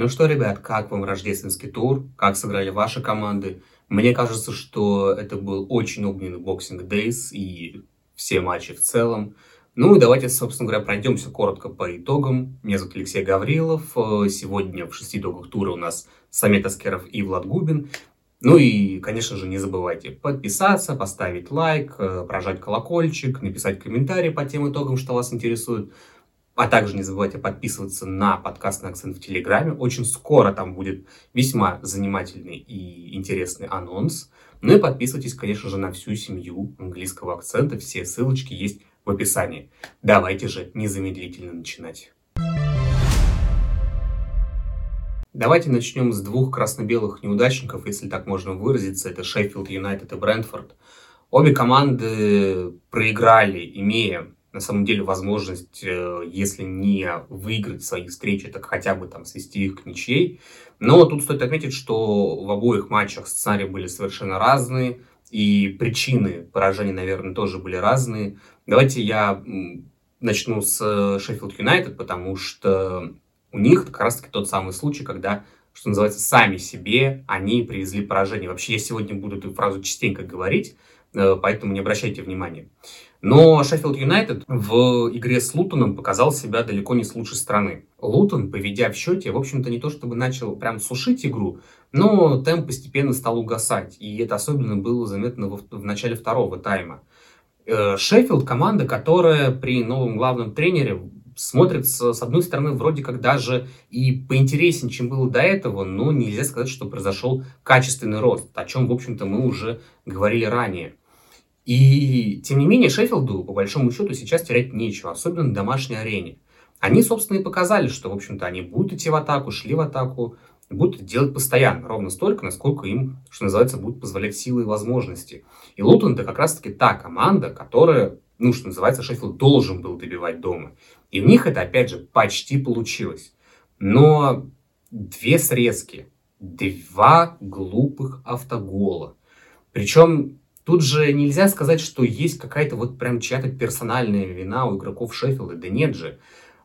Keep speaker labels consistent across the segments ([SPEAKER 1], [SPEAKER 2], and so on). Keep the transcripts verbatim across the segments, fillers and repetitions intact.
[SPEAKER 1] Ну что, ребят, как вам рождественский тур? Как сыграли ваши команды? Мне кажется, что это был очень огненный Boxing Days и все матчи в целом. Ну и давайте, собственно говоря, пройдемся коротко по итогам. Меня зовут Алексей Гаврилов. Э, Сегодня в шести итогах тура у нас Самет Аскеров и Влад Губин. Ну и, конечно же, не забывайте подписаться, поставить лайк, э, прожать колокольчик, написать комментарий по тем итогам, что вас интересует. А также не забывайте подписываться на подкастный акцент в Телеграме. Очень скоро там будет весьма занимательный и интересный анонс. Ну и подписывайтесь, конечно же, на всю семью английского акцента. Все ссылочки есть в описании. Давайте же незамедлительно начинать. Давайте начнем с двух красно-белых неудачников, если так можно выразиться. Это Шеффилд Юнайтед и Брентфорд. Обе команды проиграли, имея на самом деле возможность, если не выиграть свои встречи, так хотя бы там свести их к ничьей. Но тут стоит отметить, что в обоих матчах сценарии были совершенно разные, и причины поражения, наверное, тоже были разные. Давайте я начну с Шеффилд Юнайтед, потому что у них как раз-таки тот самый случай, когда, что называется, сами себе они привезли поражение. Вообще я сегодня буду эту фразу частенько говорить, поэтому не обращайте внимания. Но Шеффилд Юнайтед в игре с Лутоном показал себя далеко не с лучшей стороны. Лутон, поведя в счете, в общем-то, не то чтобы начал прям сушить игру, но темп постепенно стал угасать. И это особенно было заметно в, в начале второго тайма. Шеффилд — команда, которая при новом главном тренере смотрится, с одной стороны, вроде как даже и поинтереснее, чем было до этого, но нельзя сказать, что произошел качественный рост, о чем, в общем-то, мы уже говорили ранее. И, тем не менее, Шеффилду, по большому счету, сейчас терять нечего, особенно на домашней арене. Они, собственно, и показали, что, в общем-то, они будут идти в атаку, шли в атаку, будут это делать постоянно, ровно столько, насколько им, что называется, будут позволять силы и возможности. И Лутон — это как раз-таки та команда, которая, ну, что называется, Шеффилд должен был добивать дома. И у них это, опять же, почти получилось. Но две срезки, два глупых автогола. Причем тут же нельзя сказать, что есть какая-то вот прям чья-то персональная вина у игроков Шеффилда. Да нет же.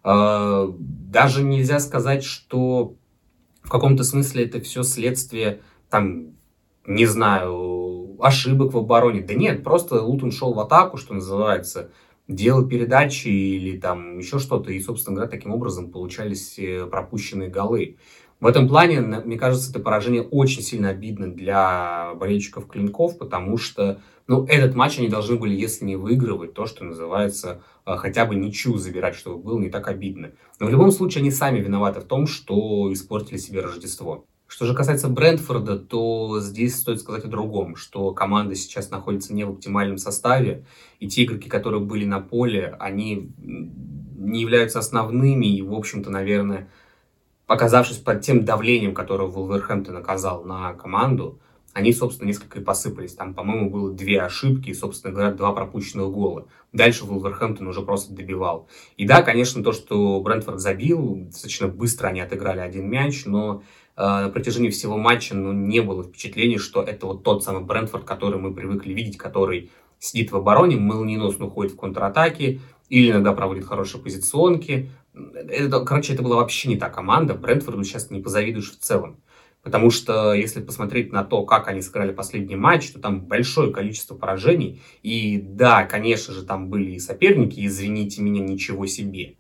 [SPEAKER 1] Даже нельзя сказать, что в каком-то смысле это все следствие, там, не знаю, ошибок в обороне. Да нет, просто Лутон шел в атаку, что называется, делал передачи или там еще что-то. И, собственно говоря, таким образом получались пропущенные голы. В этом плане, мне кажется, это поражение очень сильно обидно для болельщиков Клинков, потому что, ну, этот матч они должны были, если не выигрывать, то, что называется, хотя бы ничью забирать, чтобы было не так обидно. Но в любом случае они сами виноваты в том, что испортили себе Рождество. Что же касается Брентфорда, то здесь стоит сказать о другом, что команда сейчас находится не в оптимальном составе, и те игроки, которые были на поле, они не являются основными, и, в общем-то, наверное, оказавшись под тем давлением, которое Вулверхэмптон оказал на команду, они, собственно, несколько и посыпались. Там, по-моему, было две ошибки и, собственно говоря, два пропущенных гола. Дальше Вулверхэмптон уже просто добивал. И да, конечно, то, что Брентфорд забил, достаточно быстро они отыграли один мяч, но э, на протяжении всего матча ну, не было впечатления, что это вот тот самый Брентфорд, который мы привыкли видеть, который сидит в обороне, молниеносно уходит в контратаки или иногда проводит хорошие позиционки. Это, короче, это была вообще не та команда. Брентфорду сейчас не позавидуешь в целом. Потому что, если посмотреть на то, как они сыграли последний матч, то там большое количество поражений. И да, конечно же, там были и соперники, извините меня, ничего себе.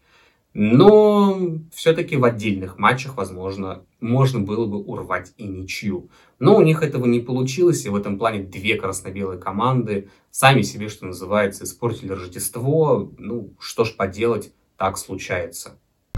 [SPEAKER 1] Но все-таки в отдельных матчах, возможно, можно было бы урвать и ничью. Но у них этого не получилось, и в этом плане две красно-белые команды сами себе, что называется, испортили Рождество. Ну, что ж поделать, так случается.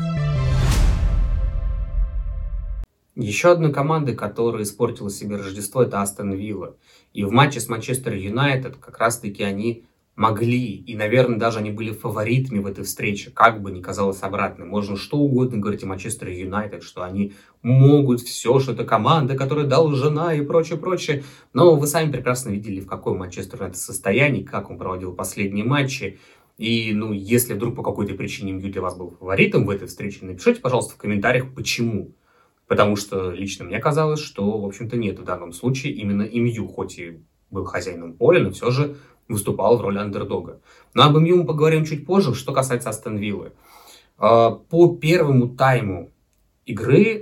[SPEAKER 1] Еще одной командой, которая испортила себе Рождество, это Астон Вилла. И в матче с Манчестер Юнайтед как раз-таки они могли, и, наверное, даже они были фаворитами в этой встрече, как бы ни казалось обратно. Можно что угодно говорить о Манчестер Юнайтед, что они могут все, что это команда, которая должна и прочее, прочее. Но вы сами прекрасно видели, в каком Манчестер Юнайтед состоянии, как он проводил последние матчи. И, ну, если вдруг по какой-то причине Мью для вас был фаворитом в этой встрече, напишите, пожалуйста, в комментариях, почему. Потому что лично мне казалось, что, в общем-то, нет в данном случае именно Мью, хоть и был хозяином поля, но все же выступал в роли андердога. Но об Мью мы поговорим чуть позже. Что касается Астон Виллы. По первому тайму игры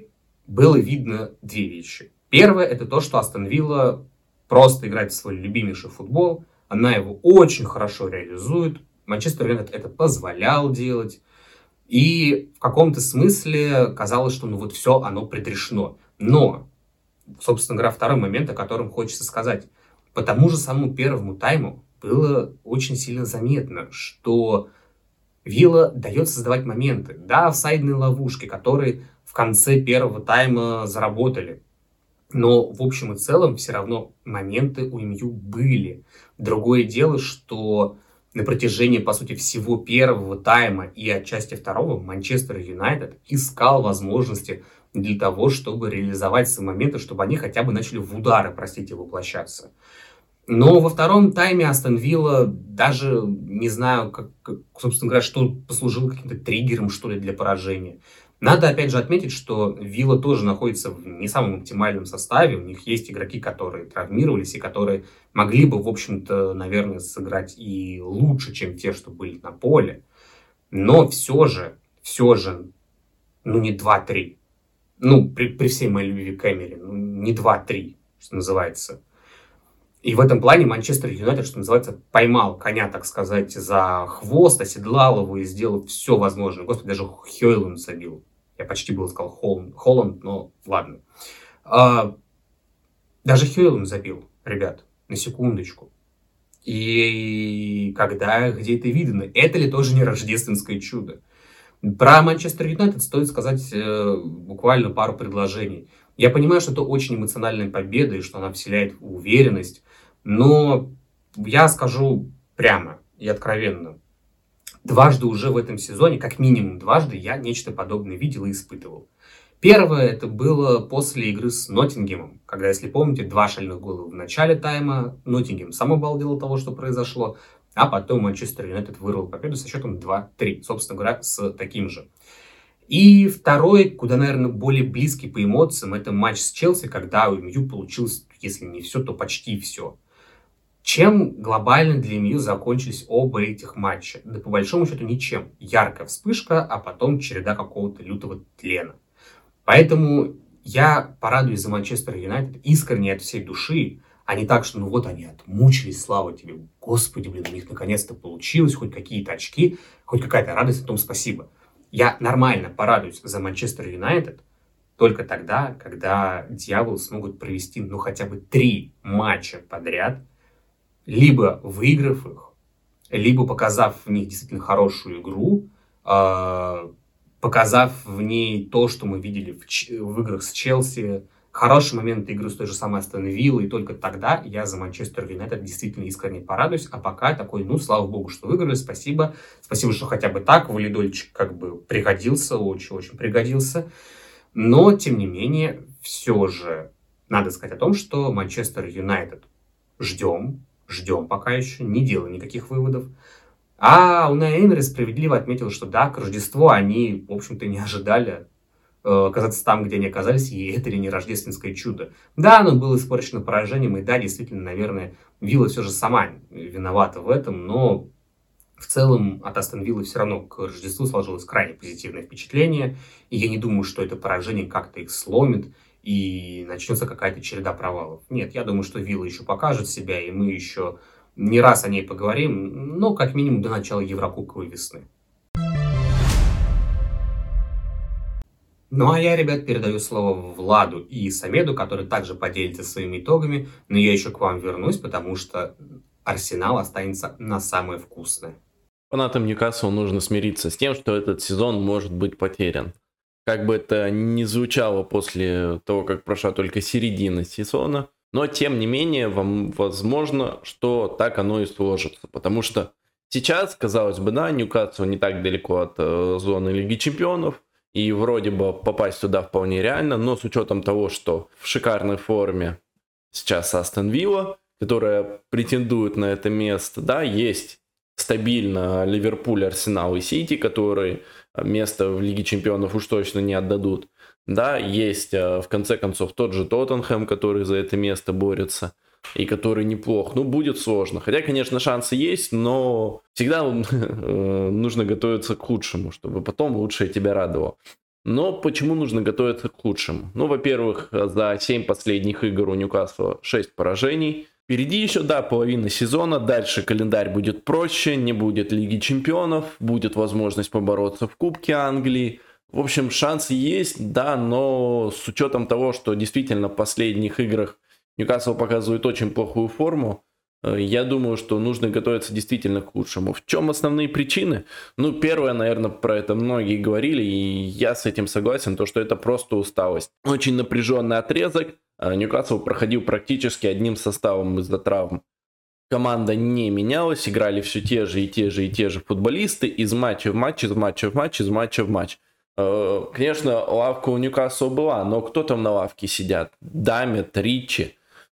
[SPEAKER 1] было видно две вещи. Первое — это то, что Астон Вилла просто играет в свой любимейший футбол. Она его очень хорошо реализует. Манчестер Юнайтед это позволял делать. И в каком-то смысле казалось, что ну вот все, оно предрешено. Но, собственно говоря, второй момент, о котором хочется сказать. По тому же самому первому тайму было очень сильно заметно, что Вилла дает создавать моменты. Да, офсайдные ловушки, которые в конце первого тайма заработали. Но в общем и целом все равно моменты у МЮ были. Другое дело, что на протяжении, по сути, всего первого тайма и отчасти второго Манчестер Юнайтед искал возможности для того, чтобы реализовать свои моменты, чтобы они хотя бы начали в удары, простите, воплощаться. Но во втором тайме Астон Вилла, даже не знаю, как, как, собственно говоря, что послужило каким-то триггером, что ли, для поражения. Надо, опять же, отметить, что Вилла тоже находится в не самом оптимальном составе. У них есть игроки, которые травмировались и которые могли бы, в общем-то, наверное, сыграть и лучше, чем те, что были на поле. Но все же, все же, ну не два-три. Ну, при, при всей моей любви к Эмери, ну не два-три, что называется. И в этом плане Манчестер Юнайтед, что называется, поймал коня, так сказать, за хвост, оседлал его и сделал все возможное. Господи, даже Хёйланд забил. Я почти было сказал Холланд, Холланд, но ладно. А, даже Хёйланд забил, ребят, на секундочку. И когда, где это видно? Это ли тоже не рождественское чудо? Про Манчестер Юнайтед стоит сказать э, буквально пару предложений. Я понимаю, что это очень эмоциональная победа и что она вселяет уверенность, но я скажу прямо и откровенно. Дважды уже в этом сезоне, как минимум дважды, я нечто подобное видел и испытывал. Первое это было после игры с Ноттингемом, когда, если помните, два шальных гола в начале тайма, Ноттингем сам обалдел от того, что произошло, а потом Манчестер Юнайтед вырвал победу со счетом два-три, собственно говоря, с таким же. И второй, куда, наверное, более близкий по эмоциям, это матч с Челси, когда у МЮ получилось, если не все, то почти все. Чем глобально для МЮ закончились оба этих матча? Да по большому счету ничем. Яркая вспышка, а потом череда какого-то лютого тлена. Поэтому я порадуюсь за Манчестер Юнайтед искренне от всей души, а не так, что ну вот они отмучились, слава тебе, господи, блин, у них наконец-то получилось, хоть какие-то очки, хоть какая-то радость, о том спасибо. Я нормально порадуюсь за Манчестер Юнайтед только тогда, когда дьяволы смогут провести ну хотя бы три матча подряд, либо выиграв их, либо показав в них действительно хорошую игру, э, показав в ней то, что мы видели в, Ч- в играх с Челси, хорошие моменты игры с той же самой Астон Виллой, и только тогда я за Манчестер Юнайтед действительно искренне порадуюсь, а пока такой, ну, слава богу, что выиграли, спасибо, спасибо, что хотя бы так, валидольчик как бы пригодился, очень-очень пригодился, но, тем не менее, все же надо сказать о том, что Манчестер Юнайтед ждем, ждем пока еще, не делаем никаких выводов. А Унай Эмери справедливо отметил, что да, к Рождеству они, в общем-то, не ожидали э, оказаться там, где они оказались, и это ли не рождественское чудо. Да, оно было испорчено поражением, и да, действительно, наверное, Вилла все же сама виновата в этом, но в целом от Астон Виллы все равно к Рождеству сложилось крайне позитивное впечатление, и я не думаю, что это поражение как-то их сломит, и начнется какая-то череда провалов. Нет, я думаю, что Вилла еще покажет себя, и мы еще не раз о ней поговорим, но как минимум до начала Еврокубковой весны. Ну а я, ребят, передаю слово Владу и Самеду, которые также поделятся своими итогами, но я еще к вам вернусь, потому что Арсенал останется на самое вкусное.
[SPEAKER 2] Фанатам Ньюкасла нужно смириться с тем, что этот сезон может быть потерян. Как бы это ни звучало после того, как прошла только середина сезона, но тем не менее, вам возможно, что так оно и сложится. Потому что сейчас, казалось бы, да, Ньюкасл не так далеко от э, зоны Лиги Чемпионов, и вроде бы попасть туда вполне реально, но с учетом того, что в шикарной форме сейчас Астон Вилла, которая претендует на это место, да, есть стабильно Ливерпуль, Арсенал и Сити, которые место в Лиге Чемпионов уж точно не отдадут. Да, есть в конце концов тот же Тоттенхэм, который за это место борется и который неплох. Ну, будет сложно. Хотя, конечно, шансы есть, но всегда нужно готовиться к худшему, чтобы потом лучшее тебя радовало. Но почему нужно готовиться к худшему? Ну, во-первых, за семь последних игр у Ньюкасла шесть поражений. Впереди еще, да, половина сезона, дальше календарь будет проще, не будет Лиги Чемпионов, будет возможность побороться в Кубке Англии. В общем, шансы есть, да, но с учетом того, что действительно в последних играх Ньюкасл показывает очень плохую форму, я думаю, что нужно готовиться действительно к худшему. В чем основные причины? Ну, первое, наверное, про это многие говорили, и я с этим согласен, то, что это просто усталость. Очень напряженный отрезок. Ньюкасл проходил практически одним составом из-за травм. Команда не менялась, играли все те же и те же и те же футболисты из матча в матч, из матча в матч, из матча в матч. Конечно, лавка у Ньюкасла была, но кто там на лавке сидят? Дамет, Ричи.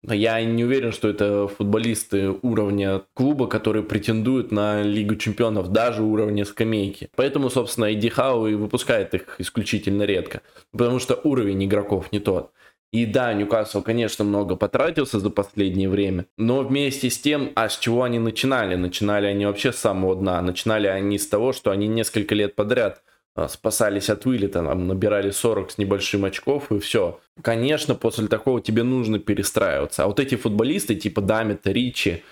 [SPEAKER 2] Я не уверен, что это футболисты уровня клуба, которые претендуют на Лигу Чемпионов, даже уровня скамейки. Поэтому, собственно, Эдди Хау и выпускает их исключительно редко, потому что уровень игроков не тот. И да, Ньюкасл, конечно, много потратился за последнее время, но вместе с тем, а с чего они начинали? Начинали они вообще с самого дна. Начинали они с того, что они несколько лет подряд спасались от вылета, там, набирали сорок с небольшим очков, и все. Конечно, после такого тебе нужно перестраиваться. А вот эти футболисты, типа Дамета, Ричи,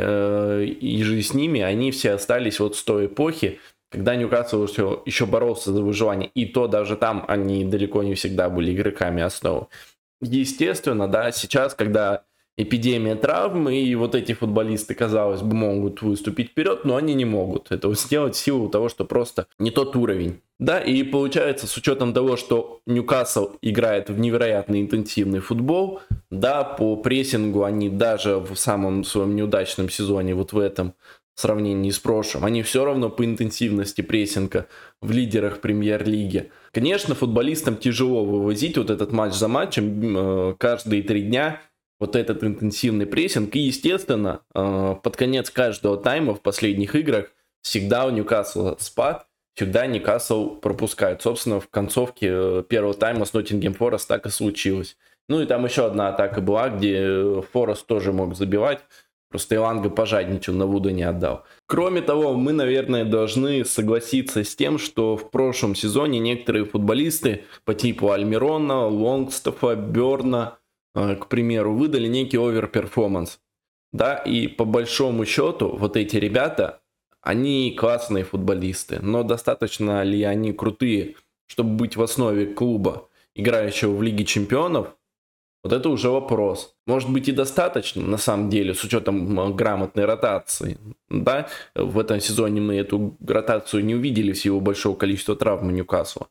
[SPEAKER 2] э, и же с ними, они все остались вот с той эпохи, когда Ньюкасл еще, еще боролся за выживание. И то даже там они далеко не всегда были игроками основы. Естественно, да, сейчас, когда эпидемия травм, и вот эти футболисты, казалось бы, могут выступить вперед, но они не могут этого сделать в силу того, что просто не тот уровень. Да, и получается, с учетом того, что Ньюкасл играет в невероятно интенсивный футбол, да, по прессингу они даже в самом своем неудачном сезоне, вот в этом в сравнении с прошлым, они все равно по интенсивности прессинга в лидерах премьер-лиги. Конечно, футболистам тяжело вывозить вот этот матч за матчем э, каждые три дня, вот этот интенсивный прессинг. И, естественно, э, под конец каждого тайма в последних играх всегда у Ньюкасла спад, всегда Ньюкасл пропускает. Собственно, в концовке первого тайма с Ноттингем Форест так и случилось. Ну и там еще одна атака была, где Форест тоже мог забивать. Просто Иланга пожадничал, на Вуда не отдал. Кроме того, мы, наверное, должны согласиться с тем, что в прошлом сезоне некоторые футболисты по типу Альмирона, Лонгстофа, Берна, к примеру, выдали некий оверперформанс. Да, и по большому счету вот эти ребята, они классные футболисты, но достаточно ли они крутые, чтобы быть в основе клуба, играющего в Лиге Чемпионов? Вот это уже вопрос. Может быть и достаточно, на самом деле, с учетом грамотной ротации. Да? В этом сезоне мы эту ротацию не увидели в силу большого количества травм Ньюкасла.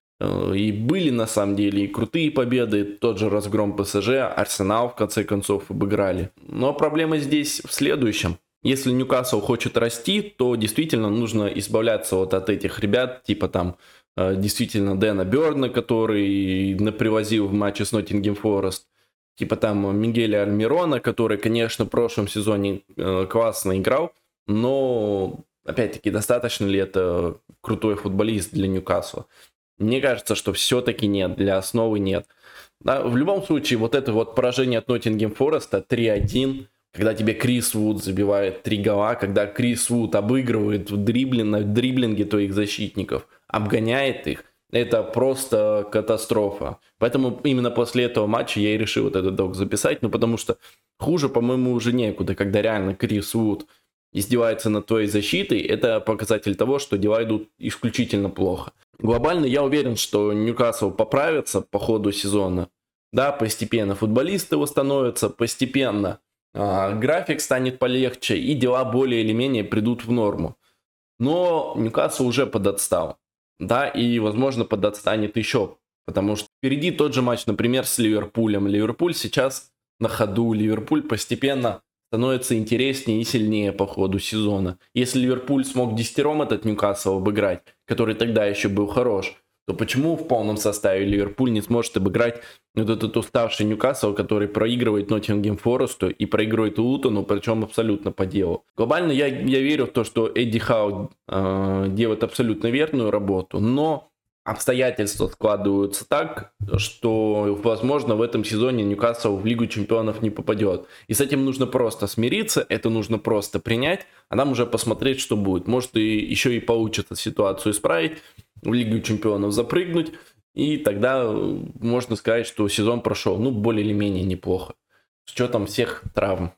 [SPEAKER 2] И были, на самом деле, и крутые победы, тот же разгром ПСЖ, Арсенал, в конце концов, обыграли. Но проблема здесь в следующем. Если Ньюкасл хочет расти, то действительно нужно избавляться вот от этих ребят, типа там действительно Дэна Берна, который напривозил в матче с Ноттингем Форест, типа там Мигеля Альмирона, который, конечно, в прошлом сезоне классно играл, но, опять-таки, достаточно ли это крутой футболист для Ньюкасла? Мне кажется, что все-таки нет, для основы нет. Да, в любом случае, вот это вот поражение от Ноттингем Фореста три один, когда тебе Крис Вуд забивает три гола, когда Крис Вуд обыгрывает в дриблинг, в дриблинге твоих защитников, обгоняет их, это просто катастрофа. Поэтому именно после этого матча я и решил вот этот док записать, ну потому что хуже, по-моему, уже некуда, когда реально Крис Вуд издевается над твоей защитой, это показатель того, что дела идут исключительно плохо. Глобально я уверен, что Ньюкасл поправится по ходу сезона. Да, постепенно футболисты восстановятся, постепенно э, график станет полегче, и дела более или менее придут в норму. Но Ньюкасл уже подотстал. Да, и, возможно, подотстанет еще. Потому что впереди тот же матч, например, с Ливерпулем. Ливерпуль сейчас на ходу. Ливерпуль постепенно становится интереснее и сильнее по ходу сезона. Если Ливерпуль смог десятером этот Ньюкасл обыграть, который тогда еще был хорош, то почему в полном составе Ливерпуль не сможет обыграть вот этот уставший Ньюкасл, который проигрывает Ноттингем Форесту и проигрывает Лутону, причем абсолютно по делу. Глобально я, я верю в то, что Эдди Хау э, делает абсолютно верную работу, но обстоятельства складываются так, что, возможно, в этом сезоне Ньюкасл в Лигу Чемпионов не попадет. И с этим нужно просто смириться, это нужно просто принять, а нам уже посмотреть, что будет. Может, и еще и получится ситуацию исправить, в Лигу Чемпионов запрыгнуть, И тогда можно сказать, что сезон прошел, ну, более или менее неплохо. С учетом всех травм.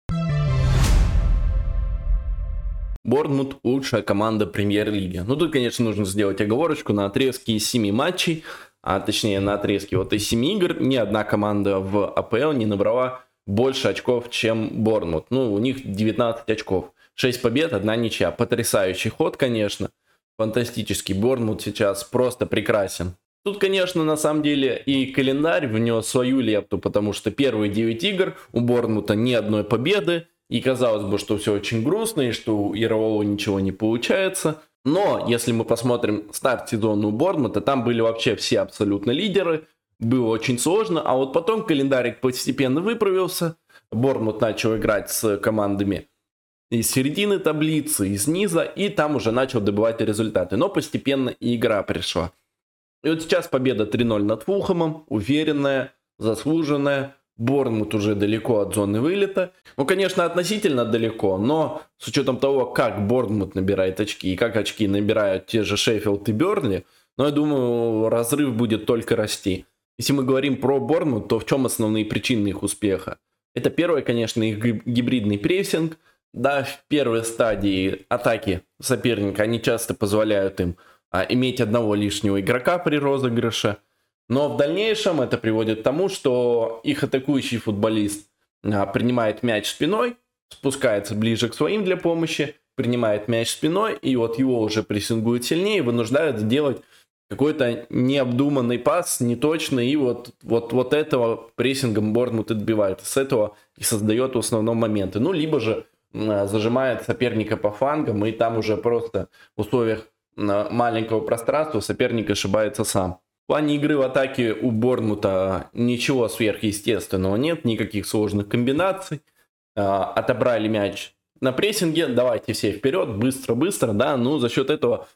[SPEAKER 2] Борнмут – лучшая команда премьер-лиги. Ну, тут, конечно, нужно сделать оговорочку на отрезке из семи матчей, а точнее на отрезке вот из семи игр, ни одна команда в АПЛ не набрала больше очков, чем Борнмут. Ну, у них девятнадцать очков. шесть побед, одна ничья. Потрясающий ход, конечно. Фантастический. Борнмут сейчас просто прекрасен. Тут, конечно, на самом деле и календарь внес свою лепту, потому что первые девять игр у Борнмута ни одной победы. И казалось бы, что все очень грустно, и что у Ираола ничего не получается. Но, если мы посмотрим старт сезона у Борнмута, там были вообще все абсолютно лидеры. Было очень сложно, а вот потом календарик постепенно выправился. Борнмут начал играть с командами из середины таблицы, из низа, и там уже начал добывать результаты. Но постепенно и игра пришла. И вот сейчас победа три ноль над Фулхэмом, уверенная, заслуженная. Борнмут уже далеко от зоны вылета. Ну, конечно, относительно далеко, но с учетом того, как Борнмут набирает очки и как очки набирают те же Шеффилд и Бернли, ну, я думаю, разрыв будет только расти. Если мы говорим про Борнмут, то в чем основные причины их успеха? Это первое, конечно, их гибридный прессинг. Да, в первой стадии атаки соперника они часто позволяют им а, иметь одного лишнего игрока при розыгрыше. Но в дальнейшем это приводит к тому, что их атакующий футболист а, принимает мяч спиной, спускается ближе к своим для помощи, принимает мяч спиной, и вот его уже прессингуют сильнее, вынуждают сделать какой-то необдуманный пас, неточный, и вот, вот, вот этого прессингом Борнмут отбивает. С этого и создает в основном моменты. Ну, либо же а, зажимает соперника по флангам, и там уже просто в условиях а, маленького пространства соперник ошибается сам. В плане игры в атаке у Борнмута ничего сверхъестественного нет, никаких сложных комбинаций. А, отобрали мяч на прессинге, давайте все вперед, быстро-быстро, да, ну за счет этого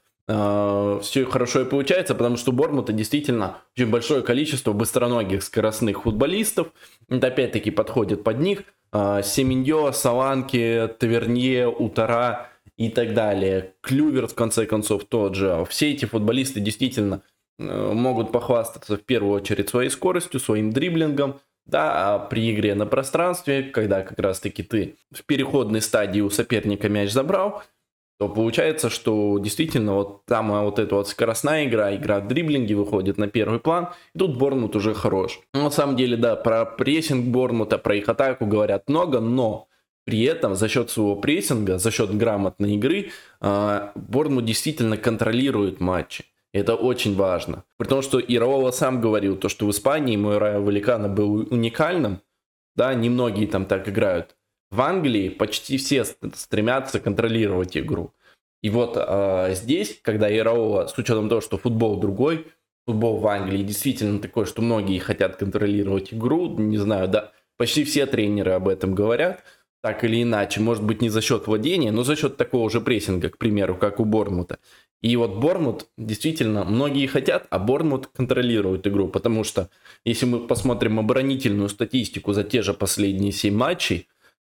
[SPEAKER 2] а, все хорошо и получается, потому что у Борнмута действительно очень большое количество быстроногих скоростных футболистов, это опять-таки подходит под них, а, Семеньо, Соланке, Тавернье, Утара и так далее, Клюверт в конце концов тот же, все эти футболисты действительно могут похвастаться в первую очередь своей скоростью, своим дриблингом, да, а при игре на пространстве, когда как раз-таки ты в переходной стадии у соперника мяч забрал, то получается, что действительно вот там вот эта вот скоростная игра, игра в дриблинге выходит на первый план, и тут Борнмут уже хорош. Но на самом деле, да, про прессинг Борнмута, про их атаку говорят много, но при этом за счет своего прессинга, за счет грамотной игры, Борнмут действительно контролирует матчи. Это очень важно. При том, что Ираола сам говорил, то, что в Испании мой Райо Валлекано был уникальным. Да, немногие там так играют. В Англии почти все стремятся контролировать игру. И вот э, здесь, когда Ираола, с учетом того, что футбол другой, футбол в Англии действительно такой, что многие хотят контролировать игру, не знаю, да, почти все тренеры об этом говорят, так или иначе, может быть не за счет владения, но за счет такого же прессинга, к примеру, как у Борнмута. И вот Борнмут действительно многие хотят, а Борнмут контролирует игру, потому что если мы посмотрим оборонительную статистику за те же последние семь матчей,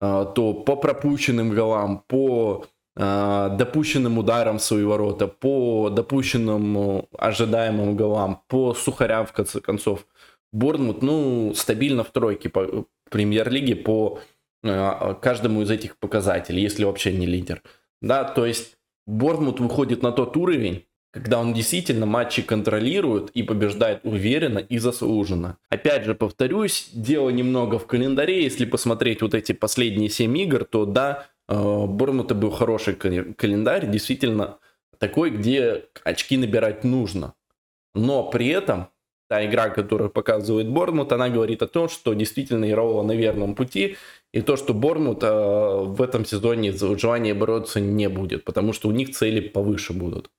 [SPEAKER 2] то по пропущенным голам, по допущенным ударам в свои ворота, по допущенным ожидаемым голам, по сухарям, в конце концов, Борнмут, ну, стабильно в тройке по премьер-лиге по каждому из этих показателей, если вообще не лидер. Да, то есть Борнмут выходит на тот уровень, когда он действительно матчи контролирует и побеждает уверенно и заслуженно. Опять же, повторюсь, дело немного в календаре. Если посмотреть вот эти последние семь игр, то да, у Борнмута был хороший календарь, действительно такой, где очки набирать нужно. Но при этом та игра, которую показывает Борнмут, она говорит о том, что действительно Ираола на верном пути, и то, что Борнмут э, в этом сезоне за желание бороться не будет, потому что у них цели повыше будут.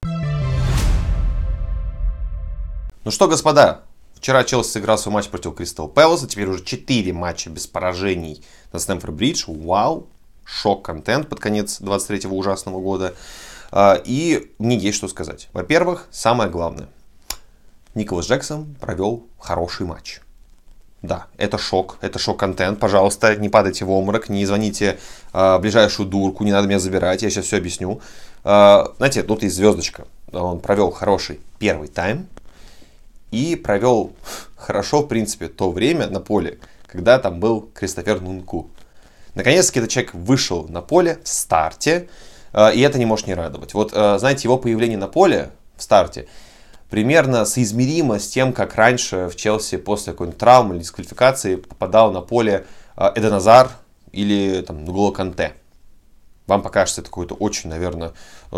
[SPEAKER 3] Ну что, господа, вчера Челси сыграл свой матч против Кристал Пэласа, теперь уже четыре матча без поражений на Стэмфорд-Бридж. Вау, шок-контент под конец двадцать третьего ужасного года. И мне есть что сказать. Во-первых, самое главное. Николас Джексон провел хороший матч. Да, это шок, это шок-контент. Пожалуйста, не падайте в обморок, не звоните э, ближайшую дурку, не надо меня забирать, я сейчас все объясню. Э, знаете, тут есть звездочка. Он провел хороший первый тайм. и провел хорошо, в принципе, то время на поле, когда там был Кристофер Нкунку. Наконец-таки этот человек вышел на поле в старте, и это не может не радовать. Вот, знаете, его появление на поле в старте примерно соизмеримо с тем, как раньше в Челси после какой-нибудь травмы или дисквалификации попадал на поле Эден Азар или там Нголо Канте. Вам покажется это какое-то очень, наверное, э,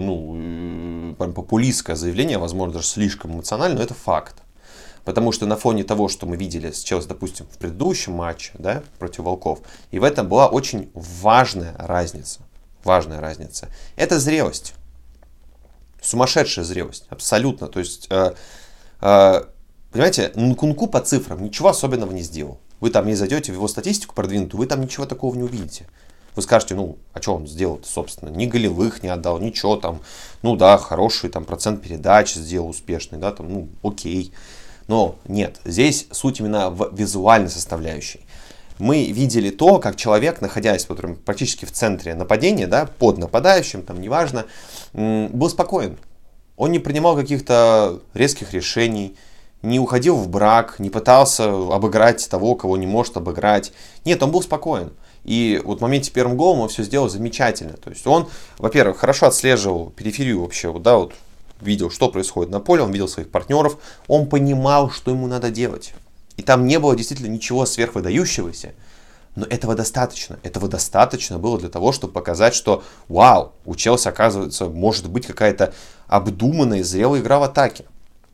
[SPEAKER 3] ну, э, популистское заявление, возможно, даже слишком эмоционально, но это факт. Потому что на фоне того, что мы видели с Челси, допустим, в предыдущем матче, да, против Волков, и в этом была очень важная разница. Важная разница. Это зрелость. Сумасшедшая зрелость. Абсолютно. То есть, э, э, понимаете, Нкунку по цифрам ничего особенного не сделал. Вы там не зайдете в его статистику продвинутую, вы там ничего такого не увидите. Вы скажете, ну, а что он сделал-то, собственно? Ни голевых не отдал, ничего там. Ну да, хороший там процент передач сделал успешный, да, там, ну, окей. Но нет, здесь суть именно в визуальной составляющей. Мы видели то, как человек, находясь вот, практически в центре нападения, да, под нападающим, там, неважно, был спокоен. Он не принимал каких-то резких решений, не уходил в брак, не пытался обыграть того, кого не может обыграть. Нет, он был спокоен. И вот в моменте первым голом он все сделал замечательно. То есть он, во-первых, хорошо отслеживал периферию вообще, вот, да, вот, видел, что происходит на поле, он видел своих партнеров, он понимал, что ему надо делать. И там не было действительно ничего сверхвыдающегося, но этого достаточно. Этого достаточно было для того, чтобы показать, что вау, у Челси, оказывается, может быть какая-то обдуманная, зрелая игра в атаке.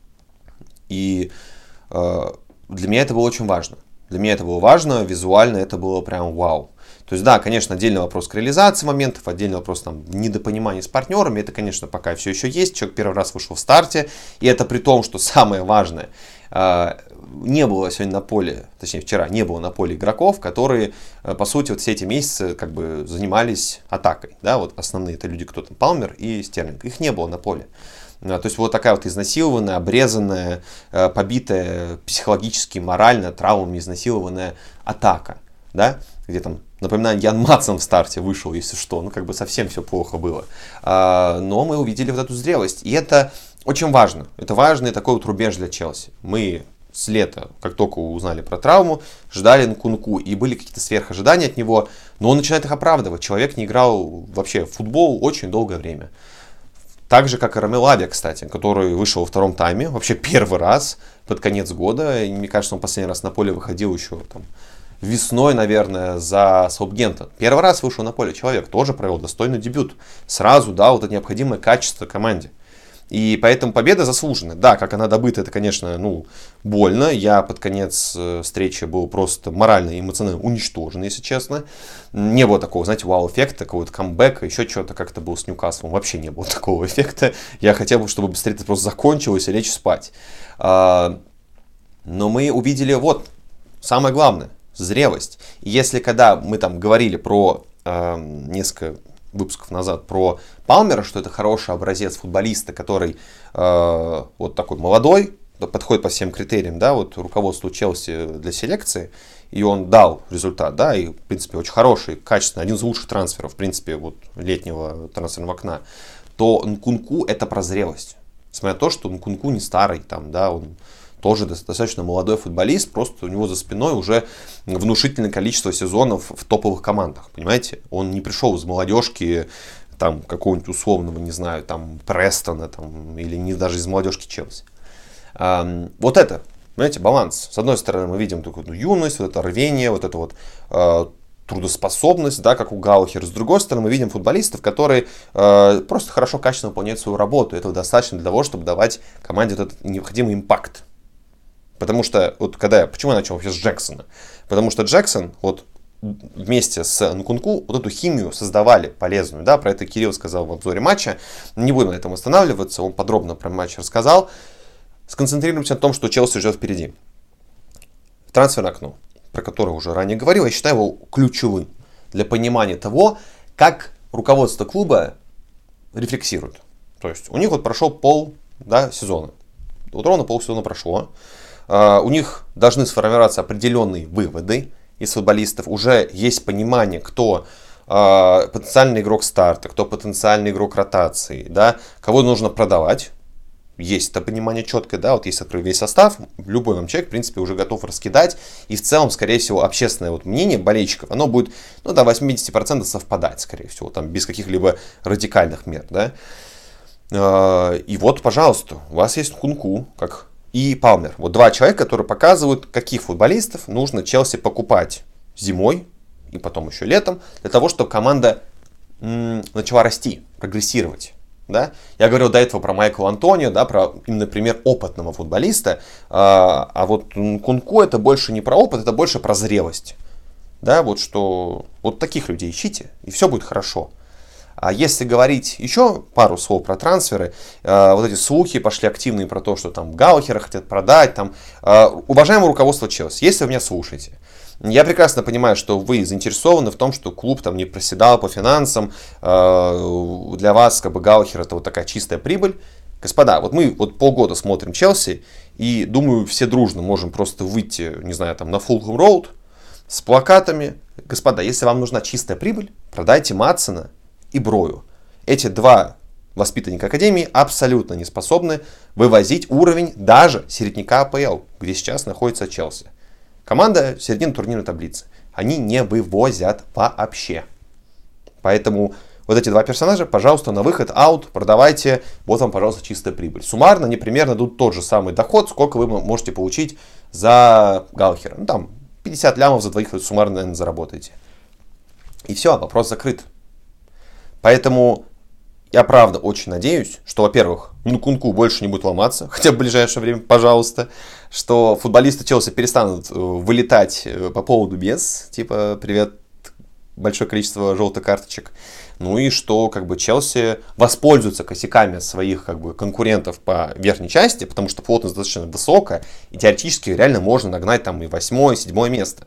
[SPEAKER 3] И э, для меня это было очень важно. Для меня это было важно, визуально это было прям вау. То есть, да, конечно, отдельный вопрос к реализации моментов, отдельный вопрос там, недопонимания с партнерами. Это, конечно, пока все еще есть. Человек первый раз вышел в старте. И это при том, что самое важное, э, не было сегодня на поле, точнее вчера не было на поле игроков, которые, э, по сути, вот все эти месяцы как бы занимались атакой. Да, вот основные это люди, кто там, Палмер и Стерлинг. Их не было на поле. То есть вот такая вот изнасилованная, обрезанная, э, побитая психологически, морально, травмами изнасилованная атака. Да? Где там, напоминаю, Ян Матсон в старте вышел, если что, ну как бы совсем все плохо было. А, но мы увидели вот эту зрелость, и это очень важно. Это важный такой вот рубеж для Челси. Мы с лета, как только узнали про травму, ждали Нкунку, и были какие-то сверхожидания от него, но он начинает их оправдывать. Человек не играл вообще в футбол очень долгое время. Так же, как и Ромео Лавия, кстати, который вышел во втором тайме, вообще первый раз под конец года. И мне кажется, он последний раз на поле выходил еще там, весной, наверное, за Саутгемптон. Первый раз вышел на поле человек, тоже провел достойный дебют. Сразу дал вот это необходимое качество команде. И поэтому победа заслужена. Да, как она добыта, это, конечно, ну, больно. Я под конец встречи был просто морально и эмоционально уничтожен, если честно. Не было такого, знаете, вау-эффекта, какого-то камбэка, еще чего-то, как это было с Ньюкаслом. Вообще не было такого эффекта. Я хотел бы, чтобы быстрее это просто закончилось и лечь спать. Но мы увидели вот самое главное. Зрелость. И если когда мы там говорили про э, несколько выпусков назад про Палмера, что это хороший образец футболиста, который э, вот такой молодой, подходит по всем критериям, да, вот руководству Челси для селекции, и он дал результат, да, и, в принципе, очень хороший, качественный, один из лучших трансферов, в принципе, вот летнего трансферного окна, то Нкунку это про зрелость. Несмотря на то, что Нкунку не старый, там, да, он тоже достаточно молодой футболист, просто у него за спиной уже внушительное количество сезонов в топовых командах, понимаете? Он не пришел из молодежки, там, какого-нибудь условного, не знаю, там, Престона, там, или не даже из молодежки Челси. А, вот это, понимаете, баланс. С одной стороны, мы видим такую ну, юность, вот это рвение, вот это вот э, трудоспособность, да, как у Гаухера. С другой стороны, мы видим футболистов, которые э, просто хорошо, качественно выполняют свою работу. Этого достаточно для того, чтобы давать команде вот этот необходимый импакт. Потому что, вот когда я, почему я начал вообще с Джексона? Потому что Джексон, вот вместе с Нкунку вот эту химию создавали полезную, да, про это Кирилл сказал в обзоре матча, не будем на этом останавливаться, он подробно про матч рассказал. Сконцентрируемся на том, что Челси ждет впереди. Трансферное окно, про которое уже ранее говорил, я считаю его ключевым для понимания того, как руководство клуба рефлексирует. То есть у них вот прошел пол да, сезона, вот ровно полсезона прошло. Uh, у них должны сформироваться определенные выводы из футболистов. Уже есть понимание, кто uh, потенциальный игрок старта, кто потенциальный игрок ротации, да, кого нужно продавать, есть это понимание четкое, да, вот есть весь состав, любой вам человек, в принципе, уже готов раскидать, и в целом, скорее всего, общественное вот мнение болельщиков, оно будет, ну, до восемьдесят процентов совпадать, скорее всего, там, без каких-либо радикальных мер, да. И вот, пожалуйста, у вас есть Нкунку, как и Палмер. Вот два человека, которые показывают, каких футболистов нужно Челси покупать зимой и потом еще летом, для того, чтобы команда м- начала расти, прогрессировать. Да? Я говорил до этого про Майкла Антонио, да, про, например, опытного футболиста, а, а вот Нкунку это больше не про опыт, это больше про зрелость. Да, вот что вот таких людей ищите, и все будет хорошо. А если говорить еще пару слов про трансферы, э, вот эти слухи пошли активные про то, что там Гаухера хотят продать, там, э, уважаемое руководство Челси, если вы меня слушаете, я прекрасно понимаю, что вы заинтересованы в том, что клуб там не проседал по финансам, э, для вас как бы Гаухер это вот такая чистая прибыль. Господа, вот мы вот полгода смотрим Челси, и думаю, все дружно можем просто выйти, не знаю, там на Фулхэм Роуд с плакатами. Господа, если вам нужна чистая прибыль, продайте Матсона и Брою. Эти два воспитанника Академии абсолютно не способны вывозить уровень даже середняка АПЛ, где сейчас находится Челси. Команда середины турнирной таблицы. Они не вывозят вообще. Поэтому вот эти два персонажа, пожалуйста, на выход, аут, продавайте, вот вам, пожалуйста, чистая прибыль. Суммарно они примерно дадут тот же самый доход, сколько вы можете получить за Гаухера. Ну там пятьдесят лямов за двоих вы суммарно, наверное, заработаете. И все, вопрос закрыт. Поэтому я правда очень надеюсь, что, во-первых, Нкунку больше не будет ломаться, хотя бы в ближайшее время, пожалуйста, что футболисты Челси перестанут вылетать по поводу без, типа, привет, большое количество желтых карточек, ну и что, как бы, Челси воспользуется косяками своих, как бы, конкурентов по верхней части, потому что плотность достаточно высокая, и теоретически реально можно нагнать там и восьмое, и седьмое место.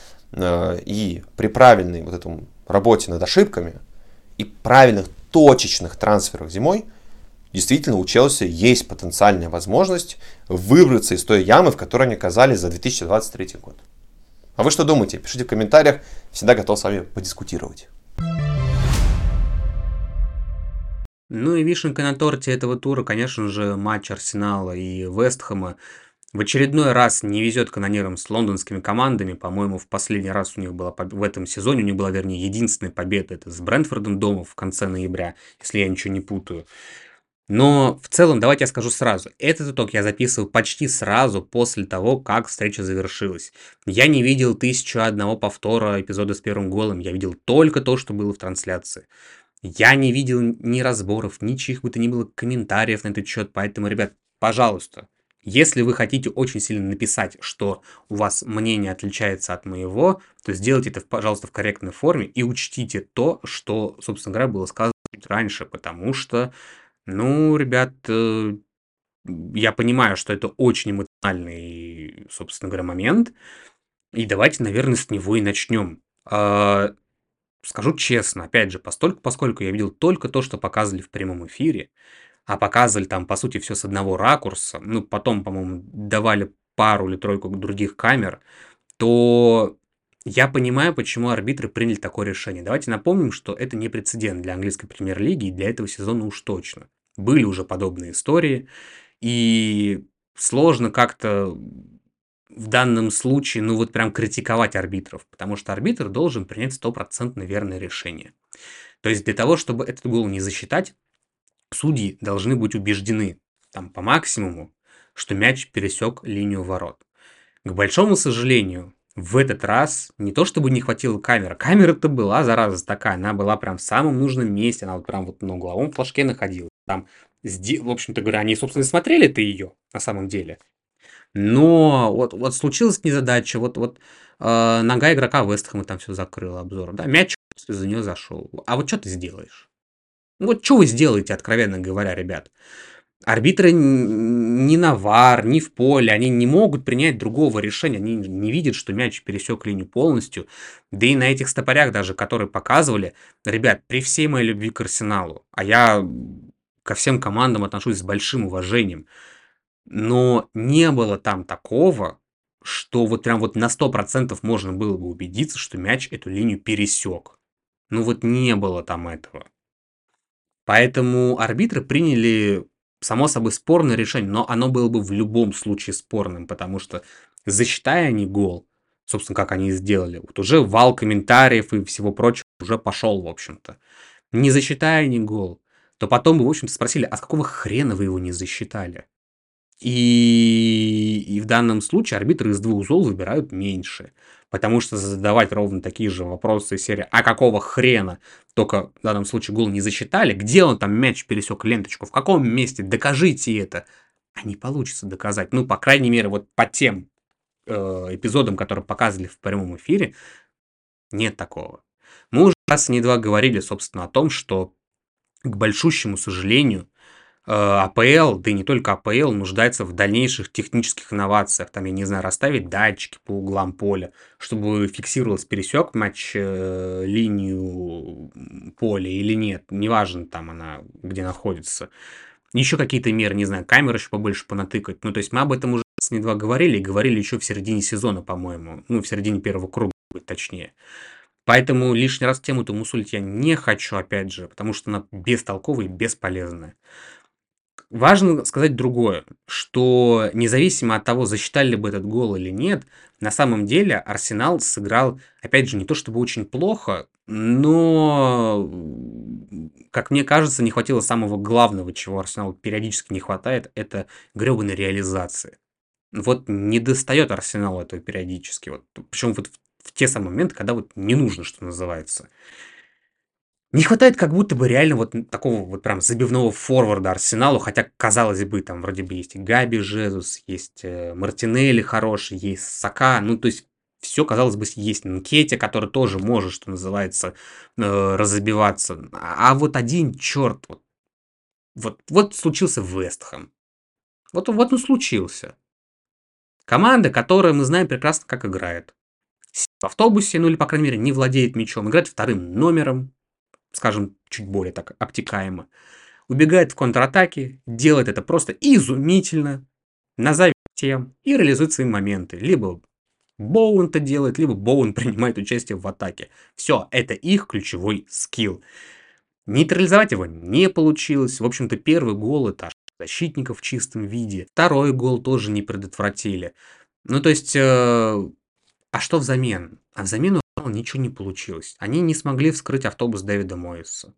[SPEAKER 3] И при правильной вот этом работе над ошибками и правильных точечных трансферах зимой, действительно у Челси есть потенциальная возможность выбраться из той ямы, в которой они оказались за две тысячи двадцать третий год. А вы что думаете? Пишите в комментариях, всегда готов с вами подискутировать.
[SPEAKER 1] Ну и вишенкой на торте этого тура, конечно же, матч Арсенала и Вестхэма. В очередной раз не везет канонирам с лондонскими командами. По-моему, в последний раз у них была поб- в этом сезоне у них была, вернее, единственная победа. Это с Брентфордом дома в конце ноября, если я ничего не путаю. Но в целом, давайте я скажу сразу. Этот итог я записывал почти сразу после того, как встреча завершилась. Я не видел тысячу одного повтора эпизода с первым голом. Я видел только то, что было в трансляции. Я не видел ни разборов, ни чьих бы то ни было комментариев на этот счет. Поэтому, ребят, пожалуйста, если вы хотите очень сильно написать, что у вас мнение отличается от моего, то сделайте это, пожалуйста, в корректной форме и учтите то, что, собственно говоря, было сказано чуть раньше, потому что, ну, ребят, э, я понимаю, что это очень эмоциональный, собственно говоря, момент, и давайте, наверное, с него и начнем. А, Скажу честно, опять же, постольку, поскольку я видел только то, что показывали в прямом эфире, а показывали там, по сути, все с одного ракурса, ну, потом, по-моему, давали пару или тройку других камер, то я понимаю, почему арбитры приняли такое решение. Давайте напомним, что это не прецедент для английской премьер-лиги и для этого сезона уж точно. Были уже подобные истории, и сложно как-то в данном случае, ну вот прям критиковать арбитров, потому что арбитр должен принять стопроцентно верное решение. То есть для того, чтобы этот гол не засчитать, судьи должны быть убеждены, там по максимуму, что мяч пересек линию ворот. К большому сожалению, в этот раз не то чтобы не хватило камеры. Камера-то была, зараза такая, она была прям в самом нужном месте, она вот прям вот на угловом флажке находилась. Там, в общем-то говоря, они, собственно, смотрели-то ее на самом деле. Но вот, вот случилась незадача, вот, вот э, нога игрока Вестхэма там все закрыла обзор, да, мяч за нее зашел. А вот что ты сделаешь? Ну вот что вы сделаете, откровенно говоря, ребят? Арбитры н- ни на вар, ни в поле, они не могут принять другого решения, они не видят, что мяч пересек линию полностью. Да и на этих стопорях даже, которые показывали, ребят, при всей моей любви к Арсеналу, а я ко всем командам отношусь с большим уважением, но не было там такого, что вот прям вот на сто процентов можно было бы убедиться, что мяч эту линию пересек. Ну вот не было там этого. Поэтому арбитры приняли само собой спорное решение, но оно было бы в любом случае спорным, потому что засчитая они гол, собственно, как они и сделали, вот уже вал комментариев и всего прочего уже пошел, в общем-то. Не засчитая они гол, то потом бы, в общем-то, спросили, а с какого хрена вы его не засчитали? И, и в данном случае арбитры из двух зол выбирают меньше, потому что задавать ровно такие же вопросы из серии «А какого хрена?» Только в данном случае гол не засчитали, где он там мяч пересек ленточку, в каком месте, докажите это. А не получится доказать. Ну, по крайней мере, вот по тем э, эпизодам, которые показывали в прямом эфире, нет такого. Мы уже раз не два говорили, собственно, о том, что, к большущему сожалению, АПЛ, да и не только АПЛ, нуждается в дальнейших технических инновациях. Там, я не знаю, расставить датчики по углам поля, чтобы фиксировалось, пересек матч э, линию поля или нет. Неважно, там она где находится. Еще какие-то меры, не знаю, камеры еще побольше понатыкать. Ну, то есть мы об этом уже не два говорили, и говорили еще в середине сезона, по-моему. Ну, в середине первого круга, точнее. Поэтому лишний раз тему-то мусолить я не хочу, опять же, потому что она бестолковая и бесполезная. Важно сказать другое, что независимо от того, засчитали ли бы этот гол или нет, на самом деле Арсенал сыграл, опять же, не то чтобы очень плохо, но, как мне кажется, не хватило самого главного, чего Арсеналу периодически не хватает, это гребаной реализации. Вот не достает Арсеналу этого периодически, вот, причем вот в, в те самые моменты, когда вот не нужно, что называется. Не хватает как будто бы реально вот такого вот прям забивного форварда Арсеналу, хотя, казалось бы, там вроде бы есть и Габи Жезус, есть э, Мартинелли хороший, есть Сака, ну, то есть все, казалось бы, есть Нкетти, который тоже может, что называется, э, разобиваться. А, а вот один черт, вот, вот, вот случился Вест Хэм. Вот, вот он случился. Команда, которая мы знаем прекрасно, как играет. В автобусе, ну или, по крайней мере, не владеет мячом, играет вторым номером, скажем, чуть более так обтекаемо, убегает в контратаке, делает это просто изумительно, назовет тем и реализует свои моменты. Либо Боуэн это делает, либо Боуэн принимает участие в атаке. Все, это их ключевой скилл. Нейтрализовать его не получилось. В общем-то, первый гол это защитников в чистом виде. Второй гол тоже не предотвратили. Ну, то есть, э, а что взамен? А взамен ничего не получилось. Они не смогли вскрыть автобус Дэвида Моиса.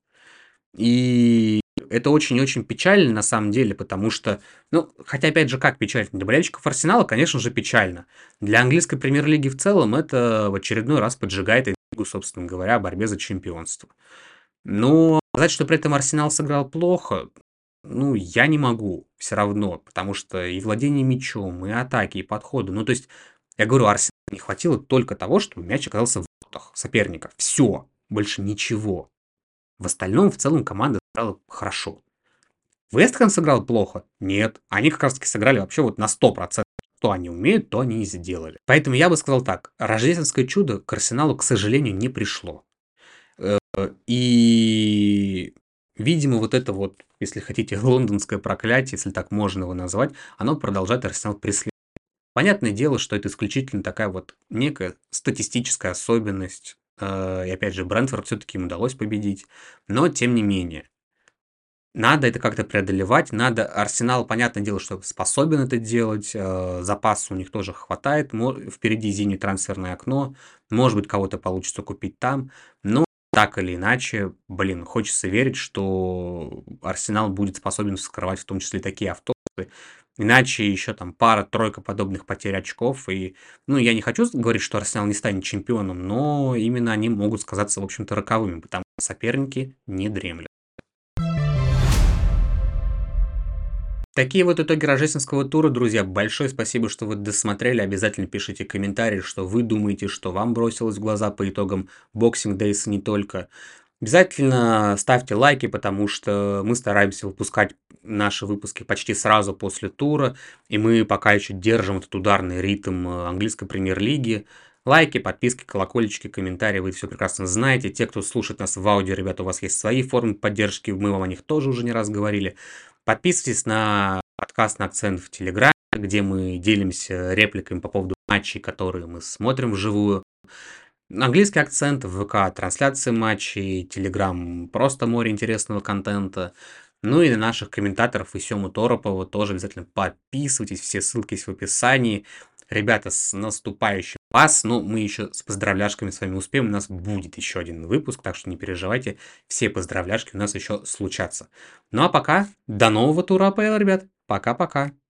[SPEAKER 1] И это очень-очень печально на самом деле, потому что, ну, хотя опять же, как печально? Для болельщиков Арсенала, конечно же, печально. Для английской премьер-лиги в целом это в очередной раз поджигает интригу, собственно говоря, о борьбе за чемпионство. Но сказать, что при этом Арсенал сыграл плохо, ну, я не могу все равно, потому что и владение мячом, и атаки, и подходы, ну, то есть, я говорю, Арсеналу не хватило только того, чтобы мяч оказался в воротах соперника. Все, больше ничего. В остальном, в целом, команда сыграла хорошо. Вест Хэм сыграл плохо? Нет. Они как раз таки сыграли вообще вот на сто процентов. Что они умеют, то они и сделали. Поэтому я бы сказал так. Рождественское чудо к Арсеналу, к сожалению, не пришло. И, видимо, вот это вот, если хотите, лондонское проклятие, если так можно его назвать, оно продолжает Арсенал преследовать. Понятное дело, что это исключительно такая вот некая статистическая особенность. И опять же, Брентфорд все-таки им удалось победить. Но, тем не менее, надо это как-то преодолевать. Надо... Арсенал, понятное дело, что способен это делать. Запас у них тоже хватает. Впереди зимнее трансферное окно. Может быть, кого-то получится купить там. Но так или иначе, блин, хочется верить, что Арсенал будет способен вскрывать в том числе такие автобусы. Иначе еще там пара-тройка подобных потерь очков. И, ну, я не хочу говорить, что Арсенал не станет чемпионом, но именно они могут сказаться, в общем-то, роковыми, потому что соперники не дремлют. Такие вот итоги рождественского тура, друзья. Большое спасибо, что вы досмотрели. Обязательно пишите комментарии, что вы думаете, что вам бросилось в глаза по итогам Boxing Days и не только. Обязательно ставьте лайки, потому что мы стараемся выпускать наши выпуски почти сразу после тура, и мы пока еще держим этот ударный ритм английской премьер-лиги. Лайки, подписки, колокольчики, комментарии, вы все прекрасно знаете. Те, кто слушает нас в аудио, ребята, у вас есть свои формы поддержки, мы вам о них тоже уже не раз говорили. Подписывайтесь на подкаст на акцент в Телеграме, где мы делимся репликами по поводу матчей, которые мы смотрим вживую. Английский акцент в ВК, трансляции матчей, Телеграм, просто море интересного контента. Ну и на наших комментаторов и Сему Торопова тоже обязательно подписывайтесь, все ссылки есть в описании. Ребята, с наступающим вас, ну, мы еще с поздравляшками с вами успеем, у нас будет еще один выпуск, так что не переживайте, все поздравляшки у нас еще случатся. Ну а пока, до нового тура АПЛ, ребят, пока-пока.